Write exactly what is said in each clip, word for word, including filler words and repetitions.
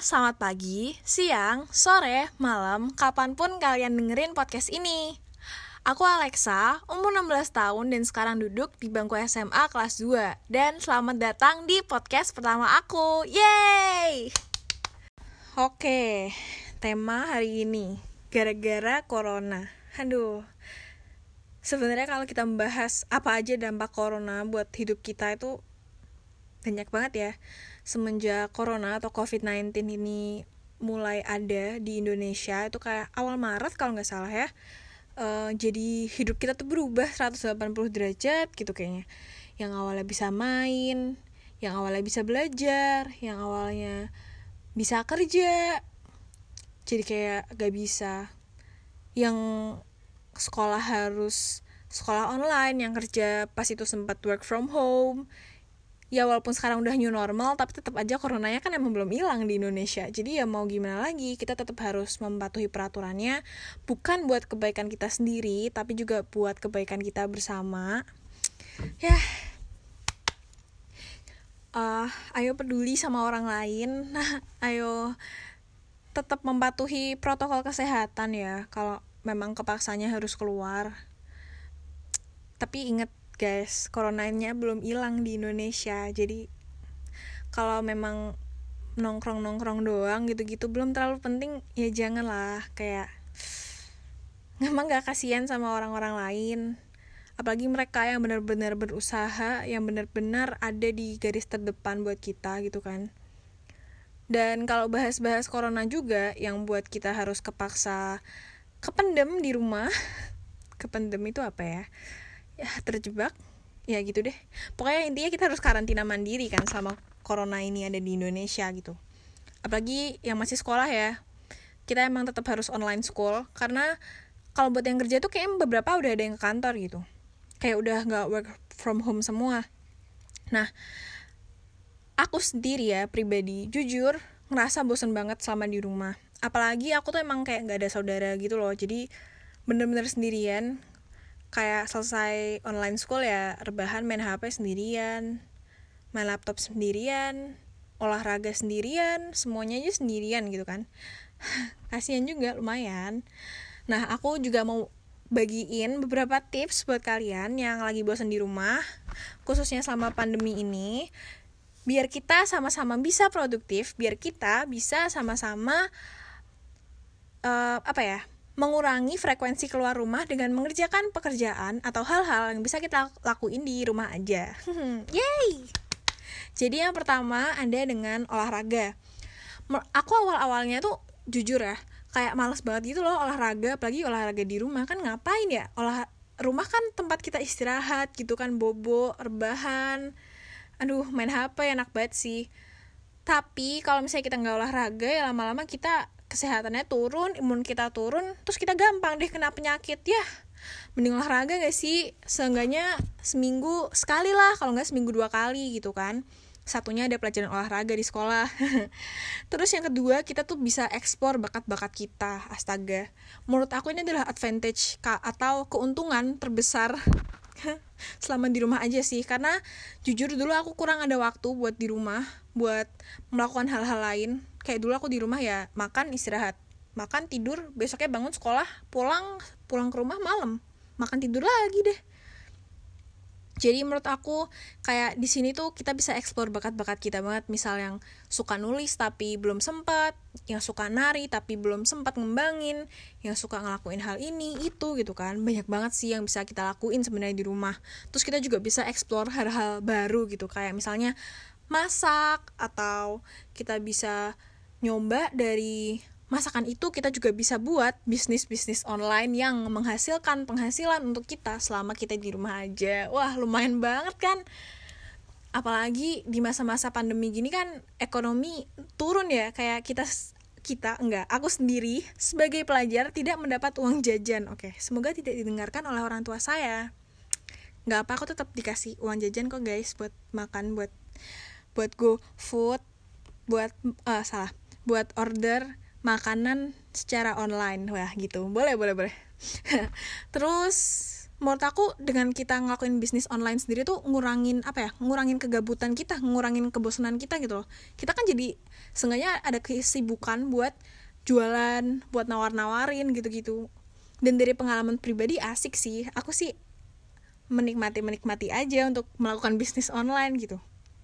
selamat pagi, siang, sore, malam, kapanpun kalian dengerin podcast ini. Aku Alexa, umur enam belas tahun dan sekarang duduk di bangku S M A kelas dua. Dan selamat datang di podcast pertama aku. Yeay! Oke, tema hari ini gara-gara corona. Aduh, sebenarnya kalau kita membahas apa aja dampak corona buat hidup kita itu banyak banget ya. Semenjak corona atau covid sembilan belas ini mulai ada di Indonesia, itu kayak awal Maret kalau nggak salah ya. Uh, jadi hidup kita tuh berubah seratus delapan puluh derajat gitu kayaknya. Yang awalnya bisa main, yang awalnya bisa belajar, yang awalnya bisa kerja, jadi kayak gak bisa. Yang sekolah harus sekolah online, yang kerja pas itu sempat work from home. Ya walaupun sekarang udah new normal, tapi tetap aja coronanya kan emang belum hilang di Indonesia. Jadi ya mau gimana lagi, kita tetap harus mematuhi peraturannya. Bukan buat kebaikan kita sendiri, tapi juga buat kebaikan kita bersama. Ya, uh, ayo peduli sama orang lain. Nah, ayo tetap mematuhi protokol kesehatan ya, kalau memang kepaksanya harus keluar. Tapi ingat guys, coronanya belum hilang di Indonesia. Jadi kalau memang nongkrong-nongkrong doang gitu-gitu belum terlalu penting, ya janganlah. Kayak memang gak kasihan sama orang-orang lain, apalagi mereka yang benar-benar berusaha, yang benar-benar ada di garis terdepan buat kita gitu kan. Dan kalau bahas-bahas corona juga yang buat kita harus kepaksa kependem di rumah. Kependem itu apa ya? Ya terjebak, ya gitu deh. Pokoknya intinya kita harus karantina mandiri kan sama corona ini ada di Indonesia gitu. Apalagi yang masih sekolah ya, kita emang tetap harus online school. Karena kalau buat yang kerja tuh kayak beberapa udah ada yang ke kantor gitu, kayak udah gak work from home semua. Nah, aku sendiri ya pribadi, jujur ngerasa bosen banget selama di rumah. Apalagi aku tuh emang kayak gak ada saudara gitu loh. Jadi bener-bener sendirian. Kayak selesai online school ya rebahan main H P sendirian, main laptop sendirian, olahraga sendirian, semuanya aja sendirian gitu kan. Kasian juga lumayan. Nah, aku juga mau bagiin beberapa tips buat kalian yang lagi bosan di rumah, khususnya selama pandemi ini, biar kita sama-sama bisa produktif, biar kita bisa sama-sama uh, apa ya? mengurangi frekuensi keluar rumah dengan mengerjakan pekerjaan atau hal-hal yang bisa kita lakuin di rumah aja. Yeay! Jadi yang pertama ada dengan olahraga. Aku awal-awalnya tuh jujur ya, kayak males banget gitu loh olahraga, apalagi olahraga di rumah. Kan ngapain ya? Olah rumah kan tempat kita istirahat gitu kan, bobo, rebahan. Aduh, main H P enak banget sih. Tapi kalau misalnya kita nggak olahraga ya lama-lama kita kesehatannya turun, imun kita turun, terus kita gampang deh kena penyakit ya. Mending olahraga gak sih? Seenggaknya seminggu sekali lah, kalau nggak seminggu dua kali gitu kan. Satunya ada pelajaran olahraga di sekolah. Terus yang kedua, kita tuh bisa eksplor bakat-bakat kita. Astaga, menurut aku ini adalah advantage atau keuntungan terbesar selama di rumah aja sih. Karena jujur dulu aku kurang ada waktu buat di rumah, buat melakukan hal-hal lain. Kayak dulu aku di rumah ya makan, istirahat, makan, tidur, besoknya bangun sekolah, pulang pulang ke rumah malam, makan, tidur lagi deh. Jadi menurut aku kayak di sini tuh kita bisa eksplor bakat-bakat kita banget. Misal yang suka nulis tapi belum sempat, yang suka nari tapi belum sempat ngembangin, yang suka ngelakuin hal ini itu gitu kan. Banyak banget sih yang bisa kita lakuin sebenarnya di rumah. Terus kita juga bisa eksplor hal-hal baru gitu, kayak misalnya masak, atau kita bisa nyoba dari masakan itu kita juga bisa buat bisnis-bisnis online yang menghasilkan penghasilan untuk kita selama kita di rumah aja. Wah, lumayan banget kan? Apalagi di masa-masa pandemi gini kan ekonomi turun ya, kayak kita kita enggak, aku sendiri sebagai pelajar tidak mendapat uang jajan. Oke, semoga tidak didengarkan oleh orang tua saya. Enggak apa, aku tetap dikasih uang jajan kok guys, buat makan, buat buat go food, buat uh, salah buat order makanan secara online. Wah gitu, boleh boleh boleh. Terus menurut aku dengan kita ngelakuin bisnis online sendiri tuh ngurangin apa ya, ngurangin kegabutan kita, ngurangin kebosanan kita gitu loh. Kita kan jadi seenggaknya ada kesibukan buat jualan, buat nawar-nawarin gitu-gitu. Dan dari pengalaman pribadi asik sih, aku sih menikmati menikmati aja untuk melakukan bisnis online gitu.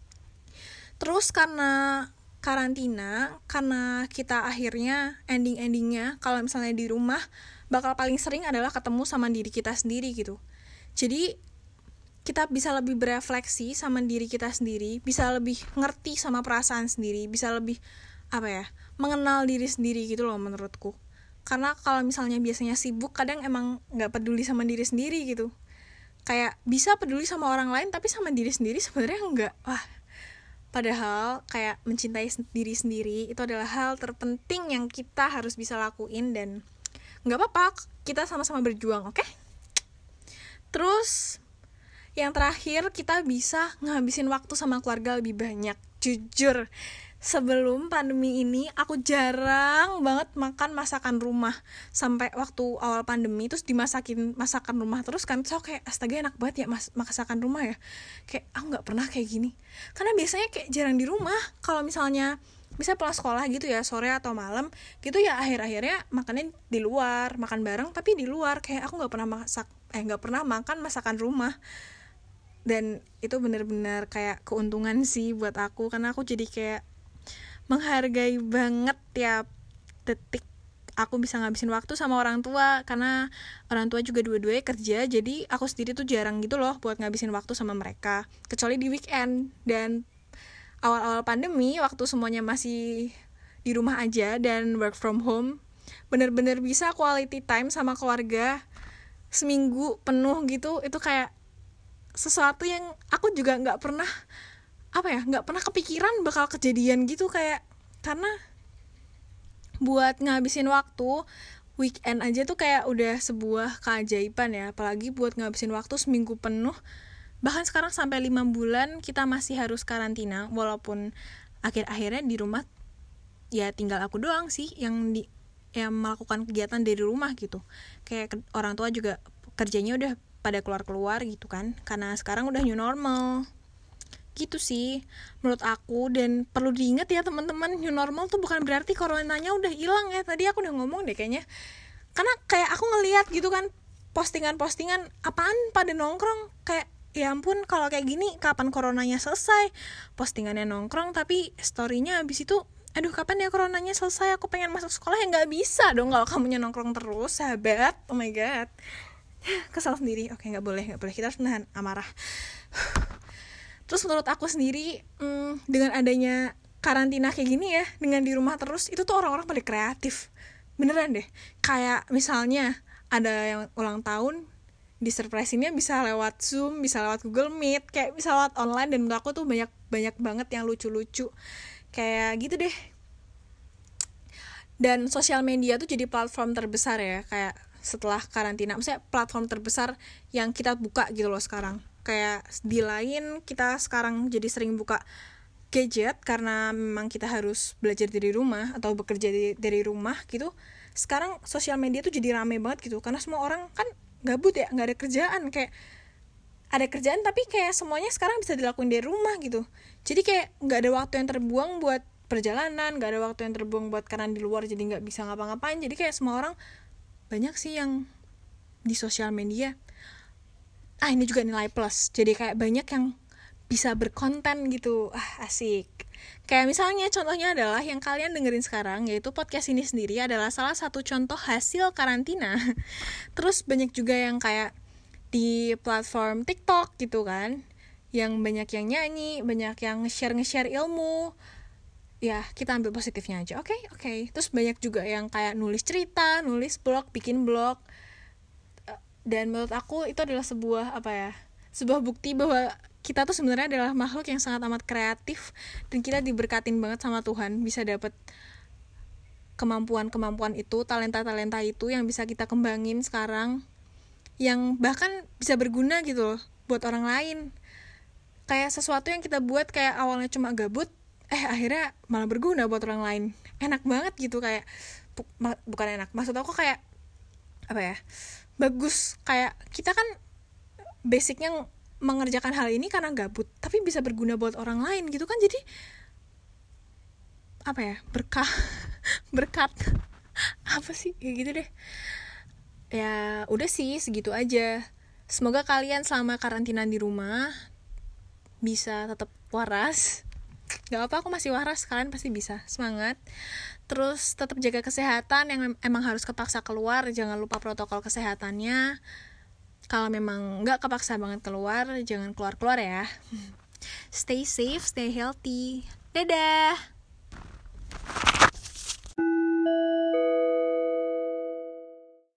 Terus karena karantina, karena kita akhirnya ending-endingnya kalau misalnya di rumah bakal paling sering adalah ketemu sama diri kita sendiri gitu. Jadi kita bisa lebih berefleksi sama diri kita sendiri, bisa lebih ngerti sama perasaan sendiri, bisa lebih apa ya, mengenal diri sendiri gitu loh menurutku. Karena kalau misalnya biasanya sibuk, kadang emang nggak peduli sama diri sendiri gitu. Kayak bisa peduli sama orang lain, tapi sama diri sendiri sebenarnya enggak. Wah, padahal kayak mencintai diri sendiri itu adalah hal terpenting yang kita harus bisa lakuin, dan nggak apa-apa kita sama-sama berjuang, oke? Okay? Terus yang terakhir, kita bisa ngabisin waktu sama keluarga lebih banyak. Jujur, sebelum pandemi ini aku jarang banget makan masakan rumah. Sampai waktu awal pandemi terus dimasakin masakan rumah terus kan, so kayak astaga enak banget ya mas masakan rumah ya. Kayak aku nggak pernah kayak gini. Karena biasanya kayak jarang di rumah. Kalau misalnya bisa pulang sekolah gitu ya, sore atau malam gitu ya, akhir-akhirnya makannya di luar, makan bareng tapi di luar. Kayak aku nggak pernah masak eh nggak pernah makan masakan rumah. Dan itu benar-benar kayak keuntungan sih buat aku, karena aku jadi kayak menghargai banget tiap detik aku bisa ngabisin waktu sama orang tua, karena orang tua juga dua-duanya kerja, jadi aku sendiri tuh jarang gitu loh buat ngabisin waktu sama mereka, kecuali di weekend. Dan awal-awal pandemi, waktu semuanya masih di rumah aja dan work from home, bener-bener bisa quality time sama keluarga seminggu penuh gitu. Itu kayak sesuatu yang aku juga nggak pernah apa ya nggak pernah kepikiran bakal kejadian gitu. Kayak karena buat ngabisin waktu weekend aja tuh kayak udah sebuah keajaiban ya, apalagi buat ngabisin waktu seminggu penuh. Bahkan sekarang sampai lima bulan kita masih harus karantina, walaupun akhir-akhirnya di rumah ya tinggal aku doang sih yang di yang melakukan kegiatan dari rumah gitu. Kayak orang tua juga kerjanya udah pada keluar-keluar gitu kan, karena sekarang udah new normal gitu sih menurut aku. Dan perlu diingat ya teman-teman, new normal tuh bukan berarti coronanya udah hilang ya. Tadi aku udah ngomong deh kayaknya, karena kayak aku ngelihat gitu kan postingan-postingan apaan pada nongkrong, kayak ya ampun kalau kayak gini kapan coronanya selesai. Postingannya nongkrong tapi story-nya abis itu aduh kapan ya coronanya selesai, aku pengen masuk sekolah. Ya nggak bisa dong kalau kamunya nongkrong terus sahabat. Oh my god, kesal sendiri. Oke, nggak boleh nggak boleh kita harus menahan amarah. Terus menurut aku sendiri, hmm, dengan adanya karantina kayak gini ya, dengan di rumah terus, itu tuh orang-orang pada kreatif. Beneran deh. Kayak misalnya ada yang ulang tahun, di surprise-nya bisa lewat Zoom, bisa lewat Google Meet, kayak bisa lewat online. Dan menurut aku tuh banyak banyak banget yang lucu-lucu. Kayak gitu deh. Dan sosial media tuh jadi platform terbesar ya, kayak setelah karantina. Maksudnya platform terbesar yang kita buka gitu loh sekarang. Kayak di lain kita sekarang jadi sering buka gadget karena memang kita harus belajar dari rumah atau bekerja di, dari rumah gitu. Sekarang sosial media tuh jadi rame banget gitu, karena semua orang kan gabut ya, nggak ada kerjaan. Kayak ada kerjaan tapi kayak semuanya sekarang bisa dilakuin dari rumah gitu. Jadi kayak nggak ada waktu yang terbuang buat perjalanan, nggak ada waktu yang terbuang buat karena di luar jadi nggak bisa ngapa-ngapain. Jadi kayak semua orang banyak sih yang di sosial media. Ah ini juga nilai plus, jadi kayak banyak yang bisa berkonten gitu. Ah asik. Kayak misalnya contohnya adalah yang kalian dengerin sekarang, yaitu podcast ini sendiri adalah salah satu contoh hasil karantina. Terus banyak juga yang kayak di platform TikTok gitu kan, yang banyak yang nyanyi, banyak yang nge-share-nge-share ilmu. Ya kita ambil positifnya aja, oke okay? oke okay. Terus banyak juga yang kayak nulis cerita, nulis blog, bikin blog. Dan menurut aku itu adalah sebuah apa ya sebuah bukti bahwa kita tuh sebenarnya adalah makhluk yang sangat amat kreatif, dan kita diberkatin banget sama Tuhan bisa dapet kemampuan-kemampuan itu, talenta-talenta itu yang bisa kita kembangin sekarang, yang bahkan bisa berguna gitu loh buat orang lain. Kayak sesuatu yang kita buat kayak awalnya cuma gabut, eh akhirnya malah berguna buat orang lain. Enak banget gitu. Kayak bu- bukan enak, maksud aku kayak apa ya bagus. Kayak kita kan basicnya mengerjakan hal ini karena gabut, tapi bisa berguna buat orang lain gitu kan, jadi apa ya, berkah berkat apa sih, kayak gitu deh. Ya udah sih, segitu aja. Semoga kalian selama karantina di rumah bisa tetap waras. Gak apa, aku masih waras, kalian pasti bisa. Semangat. Terus tetap jaga kesehatan, yang emang harus kepaksa keluar, jangan lupa protokol kesehatannya. Kalau memang gak kepaksa banget keluar, jangan keluar-keluar ya. Stay safe, stay healthy. Dadah.